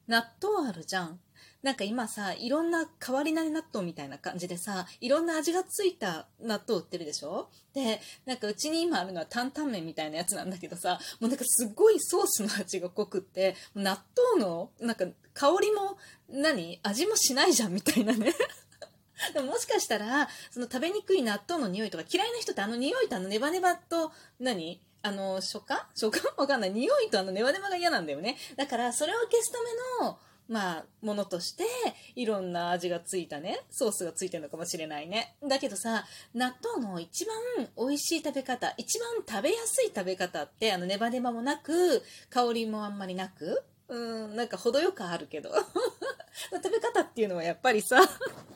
納豆あるじゃん。なんか今さ、いろんな変わり種納豆みたいな感じでさ、いろんな味がついた納豆売ってるでしょ。で、なんかうちに今あるのは担々麺みたいなやつなんだけどさ、もうなんかすっごいソースの味が濃くって、納豆のなんか香りも味もしないじゃんみたいなね。でももしかしたら、その食べにくい納豆の匂いとか、嫌いな人って匂いとネバネバと食感わかんない。匂いとネバネバが嫌なんだよね。だから、それを消すための、ものとして、いろんな味がついたね、ソースがついてるのかもしれないね。だけどさ、納豆の一番美味しい食べ方、一番食べやすい食べ方って、ネバネバもなく、香りもあんまりなく、なんか程よくあるけど。食べ方っていうのはやっぱりさ、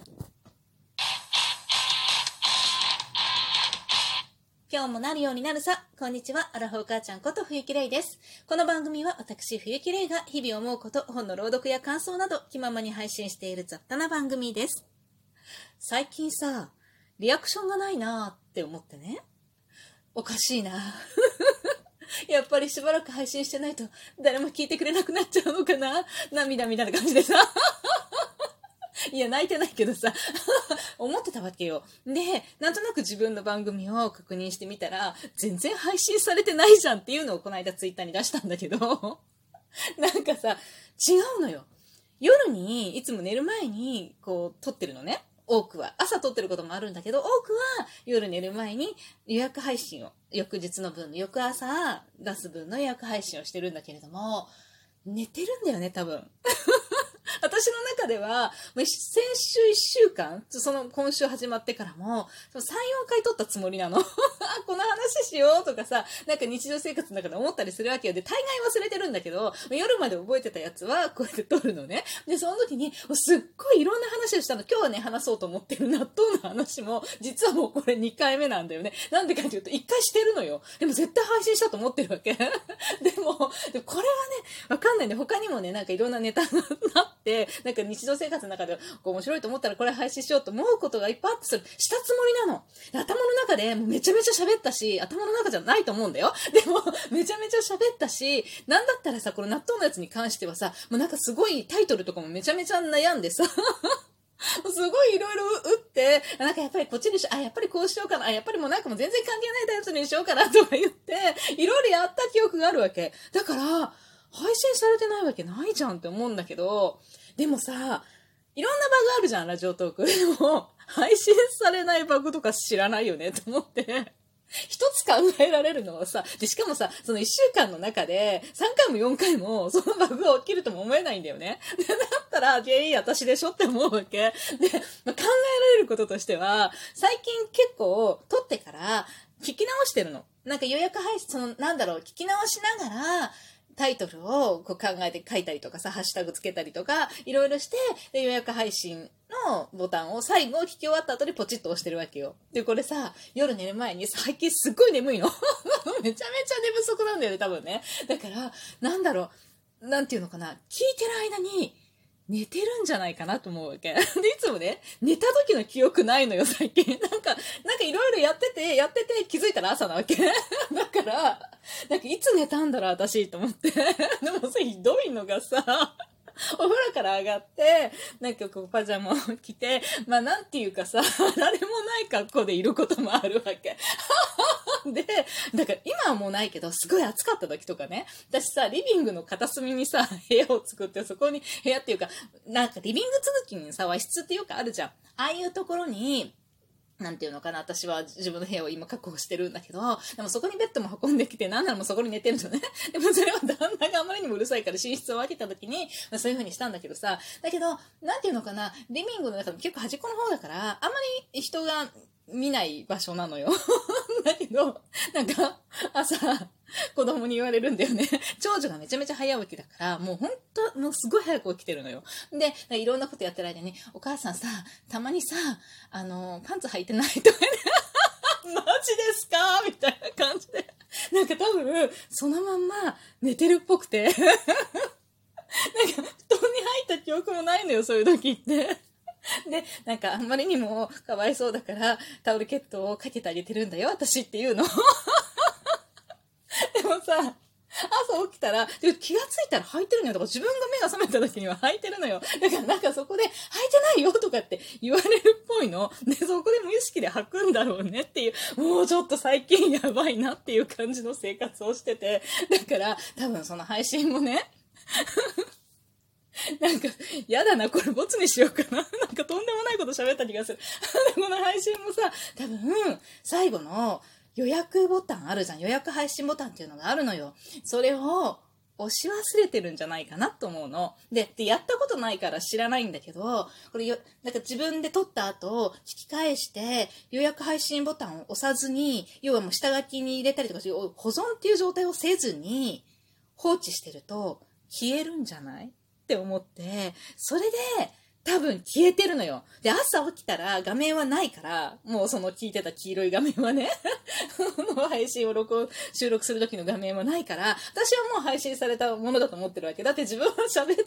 今日もなるようになるさ。こんにちは。アラフォー母ちゃんこと冬木玲です。この番組は私冬木玲が日々思うこと、本の朗読や感想など気ままに配信している雑多な番組です。最近さ、リアクションがないなーって思ってね。おかしいな。やっぱりしばらく配信してないと誰も聞いてくれなくなっちゃうのかな。涙みたいな感じでさ。いや、泣いてないけどさ、思ってたわけよ。で、なんとなく自分の番組を確認してみたら、全然配信されてないじゃんっていうのをこの間ツイッターに出したんだけど、なんかさ、違うのよ。夜に、いつも寝る前に、撮ってるのね。多くは。朝撮ってることもあるんだけど、多くは夜寝る前に予約配信を、翌日の分、翌朝出す分の予約配信をしてるんだけれども、寝てるんだよね、多分。私の中では、先週1週間、今週始まってからも、3、4回撮ったつもりなの。この話しようとかさ、なんか日常生活の中で思ったりするわけよ。で、大概忘れてるんだけど、夜まで覚えてたやつは、こうやって撮るのね。で、その時に、すっごいいろんな話をしたの。今日はね、話そうと思ってる納豆の話も、実はもうこれ2回目なんだよね。なんでかっていうと、1回してるのよ。でも絶対配信したと思ってるわけ。でも、これはね、わかんないね。他にもね、なんかいろんなネタがあって、なんか日常生活の中で面白いと思ったらこれ配信しようと思うことがいっぱいあって、それしたつもりなの。頭の中でもうめちゃめちゃ喋ったし、頭の中じゃないと思うんだよ。でも、めちゃめちゃ喋ったし、なんだったらさ、この納豆のやつに関してはさ、もうなんかすごいタイトルとかもめちゃめちゃ悩んでさ、すごいいろいろ打って、なんかやっぱりこっちにしよう、やっぱりこうしようかな、やっぱりもうなんかもう全然関係ないやつにしようかなとか言って、いろいろやった記憶があるわけ。だから、配信されてないわけないじゃんって思うんだけど、でもさ、いろんなバグあるじゃん、ラジオトーク。でも、配信されないバグとか知らないよね、と思って。一つ考えられるのはさ、で、しかもさ、その一週間の中で、3回も4回も、そのバグが起きるとも思えないんだよね。で、だったら、原因私でしょって思うわけ。で、考えられることとしては、最近結構、撮ってから、聞き直してるの。なんか予約配信、聞き直しながら、タイトルを考えて書いたりとかさ、ハッシュタグつけたりとか、いろいろして、で予約配信のボタンを最後聞き終わった後にポチッと押してるわけよ。で、これさ、夜寝る前に最近すっごい眠いの。めちゃめちゃ寝不足なんだよね、多分ね。だから、なんていうのかな、聞いてる間に、寝てるんじゃないかなと思うわけ。で、いつもね、寝た時の記憶ないのよ、最近。なんかいろいろやってて、気づいたら朝なわけ。だから、なんかいつ寝たんだろう、私、と思って。でもそれひどいのがさ、お風呂から上がって、なんかパジャマを着て、なんていうかさ、誰もない格好でいることもあるわけ。で、だから今はもうないけど、すごい暑かった時とかね、私さ、リビングの片隅にさ、部屋を作って、そこに、部屋っていうか、なんかリビング続きにさ、和室っていうかあるじゃん。ああいうところに、なんていうのかな、私は自分の部屋を今確保してるんだけど、でもそこにベッドも運んできて、なんならもうそこに寝てるのね。でもそれは旦那があまりにもうるさいから寝室を分けた時に、そういう風にしたんだけどさ、だけど、なんていうのかな、リビングの中で結構端っこの方だから、あんまり人が見ない場所なのよ。だけど、なんか、朝、子供に言われるんだよね。長女がめちゃめちゃ早起きだから、もうほんと、もうすごい早く起きてるのよ。で、いろんなことやってる間に、お母さんさ、たまにさ、パンツ履いてないとかね、マジですかみたいな感じで。なんか多分、そのまんま寝てるっぽくて。なんか、布団に入った記憶もないのよ、そういう時って。で、なんかあんまりにもかわいそうだからタオルケットをかけてあげてるんだよ、私っていうの。でもさ、朝朝起きたら、で気がついたら履いてるのよとか、自分が目が覚めた時には履いてるのよ。だからなんかそこで履いてないよとかって言われるっぽいの。で、そこで無意識で履くんだろうねっていう、もうちょっと最近やばいなっていう感じの生活をしてて、だから多分その配信もね、なんか、やだな、これボツにしようかな。なんかとんでもないこと喋った気がする。この配信もさ、多分、最後の予約ボタンあるじゃん。予約配信ボタンっていうのがあるのよ。それを押し忘れてるんじゃないかなと思うの。で、やったことないから知らないんだけど、これなんか自分で撮った後、引き返して、予約配信ボタンを押さずに、要はもう下書きに入れたりとか、保存っていう状態をせずに放置してると消えるんじゃないって思って、それで多分消えてるのよ。で、朝起きたら画面はないから、もうその聞いてた黄色い画面はね、配信を収録する時の画面はないから、私はもう配信されたものだと思ってるわけ。だって自分は喋って、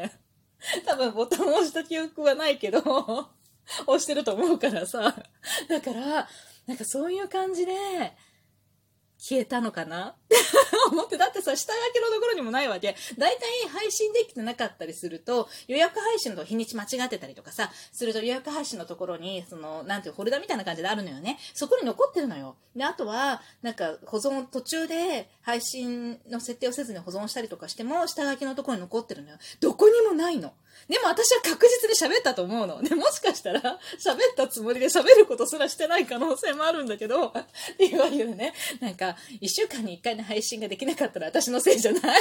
多分ボタンを押した記憶はないけど、押してると思うからさ。だから、なんかそういう感じで、消えたのかなって思って、だってさ、下書きのところにもないわけ。だいたい配信できてなかったりすると、予約配信の日にち間違ってたりとかさ、すると予約配信のところに、なんていうフォルダみたいな感じであるのよね。そこに残ってるのよ。で、あとは、なんか保存途中で配信の設定をせずに保存したりとかしても、下書きのところに残ってるのよ。どこにもないの。でも私は確実に喋ったと思うの。で、もしかしたら喋ったつもりで喋ることすらしてない可能性もあるんだけど、っていうわけでね、なんか、1週間に1回の配信ができなかったら私のせいじゃない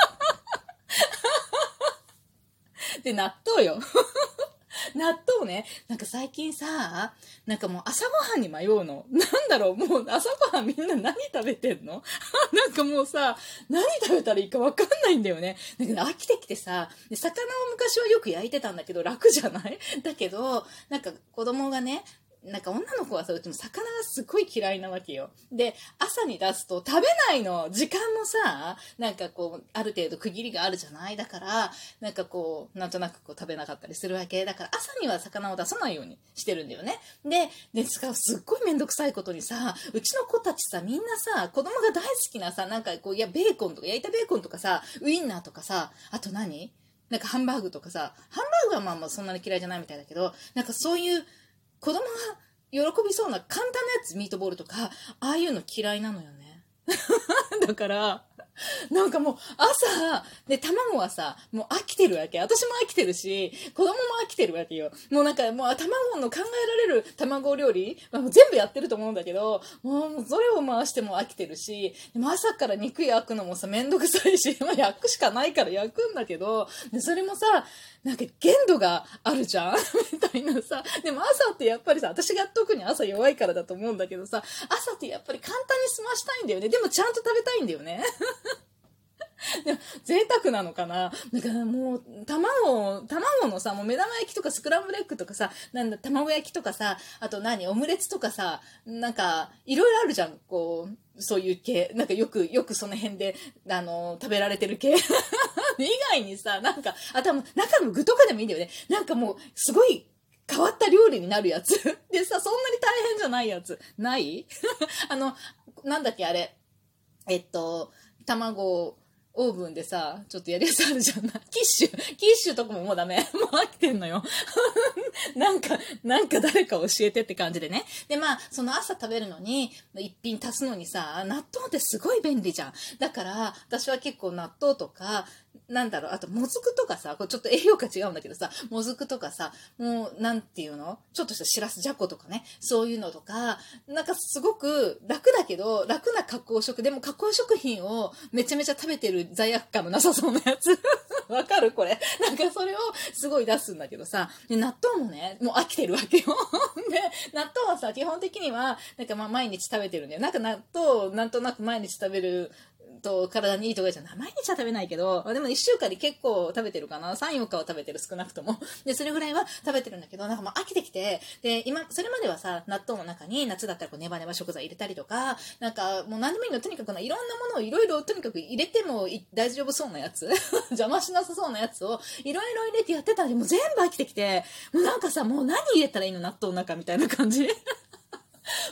で、納豆よ。納豆ね、なんか最近さ、なんかもう朝ごはんに迷うの。なんだろう、もう朝ごはんみんな何食べてんのなんかもうさ、何食べたらいいかわかんないんだよね。だけど飽きてきてさ、で魚を昔はよく焼いてたんだけど楽じゃないだけど、なんか子供がね、なんか女の子はさ、うちも魚がすごい嫌いなわけよ。で、朝に出すと食べないの。時間もさ、なんかこう、ある程度区切りがあるじゃないだから、なんかこう、なんとなくこう食べなかったりするわけ。だから朝には魚を出さないようにしてるんだよね。すっごいめんどくさいことにさ、うちの子たちさ、みんなさ、子供が大好きなさ、なんかこう、ベーコンとか、焼いたベーコンとかさ、ウインナーとかさ、あと何なんかハンバーグとかさ、ハンバーグはまあそんなに嫌いじゃないみたいだけど、なんかそういう、子供が喜びそうな簡単なやつ、ミートボールとか、ああいうの嫌いなのよね。だから、なんかもう朝、で、卵はさ、もう飽きてるわけ。私も飽きてるし、子供も飽きてるわけよ。もうなんかもう卵の考えられる卵料理、もう全部やってると思うんだけど、もうそれを回しても飽きてるし、でも朝から肉焼くのもさ、めんどくさいし、まあ焼くしかないから焼くんだけど、でそれもさ、なんか限度があるじゃんみたいなさ。でも朝ってやっぱりさ、私が特に朝弱いからだと思うんだけどさ、朝ってやっぱり簡単に済ましたいんだよね。でもちゃんと食べたいんだよね。でも贅沢なのかな。だからもう卵のさ、もう目玉焼きとかスクランブルエッグとかさ、なんだ卵焼きとかさ、あとオムレツとかさ、なんかいろいろあるじゃん。こうそういう系、なんかよくその辺で食べられてる系以外にさ、なんか中の具とかでもいいんだよね。なんかもうすごい変わった料理になるやつでさ、そんなに大変じゃないやつないなんだっけあれ、卵オーブンでさ、ちょっとやるやつあるじゃんな。キッシュとかももうダメ。もう飽きてんのよ。なんか誰か教えてって感じでね。で、まあ、その朝食べるのに、一品足すのにさ、納豆ってすごい便利じゃん。だから、私は結構納豆とか、なんだろう、あと、もずくとかさ、これちょっと栄養価違うんだけどさ、もずくとかさ、もう、なんていうのちょっとしたしらすじゃことかね、そういうのとか、なんかすごく楽だけど、楽な加工食、でも加工食品をめちゃめちゃ食べてる罪悪感のなさそうなやつ。わかるこれ。なんかそれをすごい出すんだけどさ、で納豆もね、もう飽きてるわけよ。で、納豆はさ、基本的には、なんかまあ毎日食べてるんだよ。なんか納豆、なんとなく毎日食べる、と体にいいとかじゃない。毎日は食べないけど、でも1週間に結構食べてるかな。3、4日は食べてる、少なくとも。で、それぐらいは食べてるんだけど、なんかもう飽きてきて、で、それまではさ、納豆の中に夏だったらこうネバネバ食材入れたりとか、なんかもう何でもいいの、とにかくいろんなものをいろいろとにかく入れても大丈夫そうなやつ邪魔しなさそうなやつをいろいろ入れてやってたら、もう全部飽きてきて、もうなんかさ、もう何入れたらいいの納豆の中みたいな感じ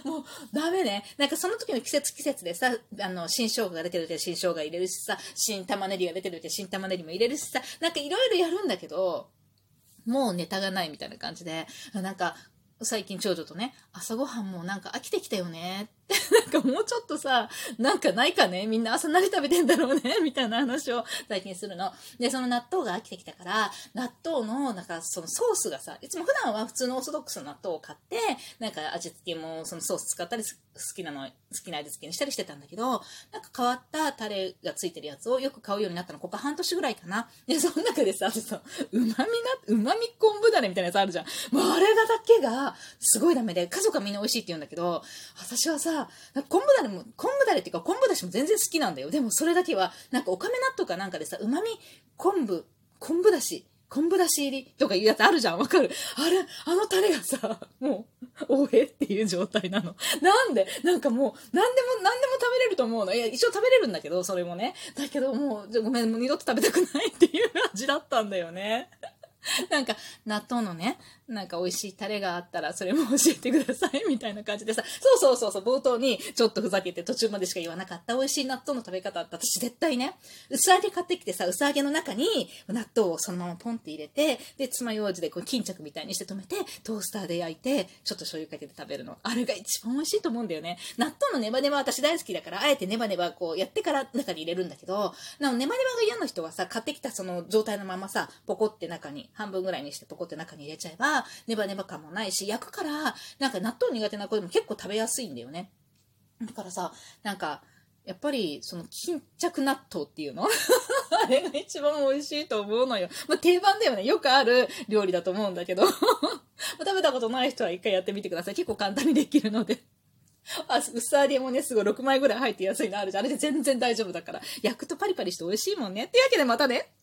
もうダメね。なんかその時の季節でさ、新生姜が出てる時新生姜入れるしさ、新玉ねぎが出てる時新玉ねぎも入れるしさ、なんかいろいろやるんだけど、もうネタがないみたいな感じで、なんか、最近長女とね、朝ごはんもうなんか飽きてきたよね。なんかもうちょっとさ、なんかないかね、みんな朝何食べてんだろうねみたいな話を最近するの。で、その納豆が飽きてきたから、納豆の、なんかそのソースがさ、いつも普段は普通のオーソドックスの納豆を買って、なんか味付けもそのソース使ったり、好きな味付けにしたりしてたんだけど、なんか変わったタレがついてるやつをよく買うようになったの、ここ半年ぐらいかな。で、その中でさ、うまみ昆布だれみたいなやつあるじゃん。もうあれだけが、すごいダメで、家族はみんな美味しいって言うんだけど、私はさ、昆布だれっていうか昆布だしも全然好きなんだよ。でもそれだけは、なんかおかめ納豆かなんかでさ、うまみ昆布だし入りとかいうやつあるじゃん。わかる？あのタレがさ、もう、っていう状態なの。なんでなんかもう、何でも食べれると思うの。いや、一応食べれるんだけど、それもね。だけどもう、ごめん、もう二度と食べたくないっていう味だったんだよね。なんか、納豆のね、なんか美味しいタレがあったら、それも教えてください、みたいな感じでさ、そう、冒頭にちょっとふざけて途中までしか言わなかった美味しい納豆の食べ方あった。私絶対ね、薄揚げ買ってきてさ、薄揚げの中に納豆をそのままポンって入れて、で、爪楊枝でこう巾着みたいにして止めて、トースターで焼いて、ちょっと醤油かけて食べるの。あれが一番美味しいと思うんだよね。納豆のネバネバ私大好きだから、あえてネバネバこうやってから中に入れるんだけど、ネバネバが嫌な人はさ、買ってきたその状態のままさ、ポコって中に、半分ぐらいにしてポコって中に入れちゃえば、ネバネバ感もないし、焼くから、なんか納豆苦手な子でも結構食べやすいんだよね。だからさ、なんか、やっぱり、その、巾着納豆っていうのあれが一番美味しいと思うのよ。まあ、定番だよね。よくある料理だと思うんだけど。食べたことない人は一回やってみてください。結構簡単にできるので。薄揚げもね、すごい6枚ぐらい入って安いのあるじゃん。あれで全然大丈夫だから。焼くとパリパリして美味しいもんね。っていうわけでまたね。